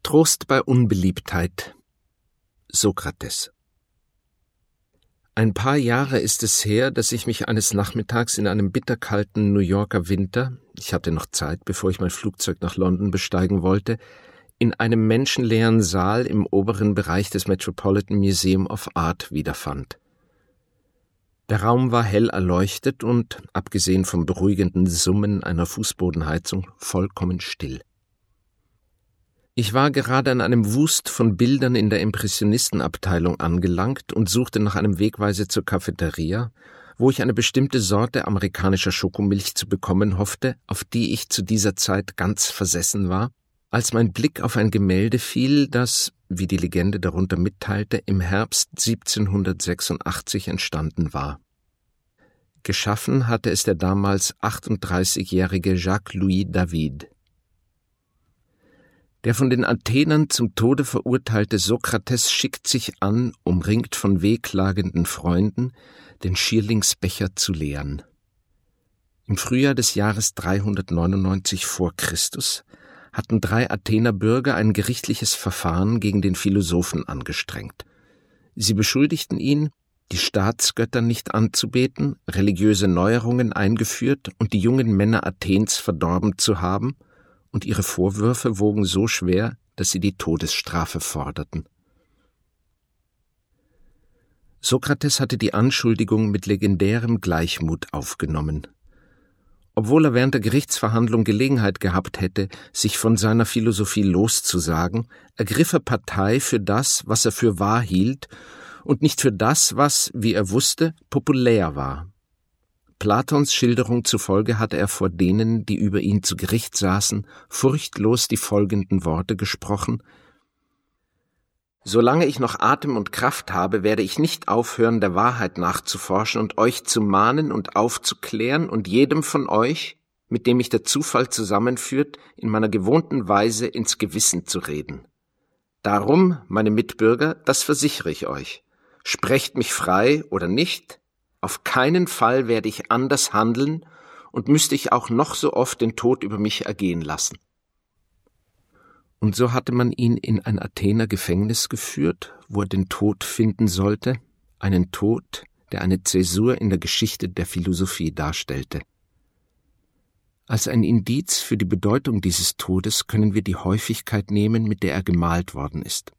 Trost bei Unbeliebtheit. Sokrates. Ein paar Jahre ist es her, dass ich mich eines Nachmittags in einem bitterkalten New Yorker Winter, ich hatte noch Zeit, bevor ich mein Flugzeug nach London besteigen wollte, in einem menschenleeren Saal im oberen Bereich des Metropolitan Museum of Art wiederfand. Der Raum war hell erleuchtet und, abgesehen vom beruhigenden Summen einer Fußbodenheizung, vollkommen still. Ich war gerade an einem Wust von Bildern in der Impressionistenabteilung angelangt und suchte nach einem Wegweiser zur Cafeteria, wo ich eine bestimmte Sorte amerikanischer Schokomilch zu bekommen hoffte, auf die ich zu dieser Zeit ganz versessen war, als mein Blick auf ein Gemälde fiel, das, wie die Legende darunter mitteilte, im Herbst 1786 entstanden war. Geschaffen hatte es der damals 38-jährige Jacques-Louis David. Der von den Athenern zum Tode verurteilte Sokrates schickt sich an, umringt von wehklagenden Freunden, den Schierlingsbecher zu leeren. Im Frühjahr des Jahres 399 vor Christus hatten 3 Athener Bürger ein gerichtliches Verfahren gegen den Philosophen angestrengt. Sie beschuldigten ihn, die Staatsgötter nicht anzubeten, religiöse Neuerungen eingeführt und die jungen Männer Athens verdorben zu haben, und ihre Vorwürfe wogen so schwer, dass sie die Todesstrafe forderten. Sokrates hatte die Anschuldigung mit legendärem Gleichmut aufgenommen. Obwohl er während der Gerichtsverhandlung Gelegenheit gehabt hätte, sich von seiner Philosophie loszusagen, ergriff er Partei für das, was er für wahr hielt, und nicht für das, was, wie er wusste, populär war. Platons Schilderung zufolge hatte er vor denen, die über ihn zu Gericht saßen, furchtlos die folgenden Worte gesprochen: »Solange ich noch Atem und Kraft habe, werde ich nicht aufhören, der Wahrheit nachzuforschen und euch zu mahnen und aufzuklären und jedem von euch, mit dem mich der Zufall zusammenführt, in meiner gewohnten Weise ins Gewissen zu reden. Darum, meine Mitbürger, das versichere ich euch. Sprecht mich frei oder nicht, auf keinen Fall werde ich anders handeln und müsste ich auch noch so oft den Tod über mich ergehen lassen.« Und so hatte man ihn in ein Athener Gefängnis geführt, wo er den Tod finden sollte, einen Tod, der eine Zäsur in der Geschichte der Philosophie darstellte. Als ein Indiz für die Bedeutung dieses Todes können wir die Häufigkeit nehmen, mit der er gemalt worden ist.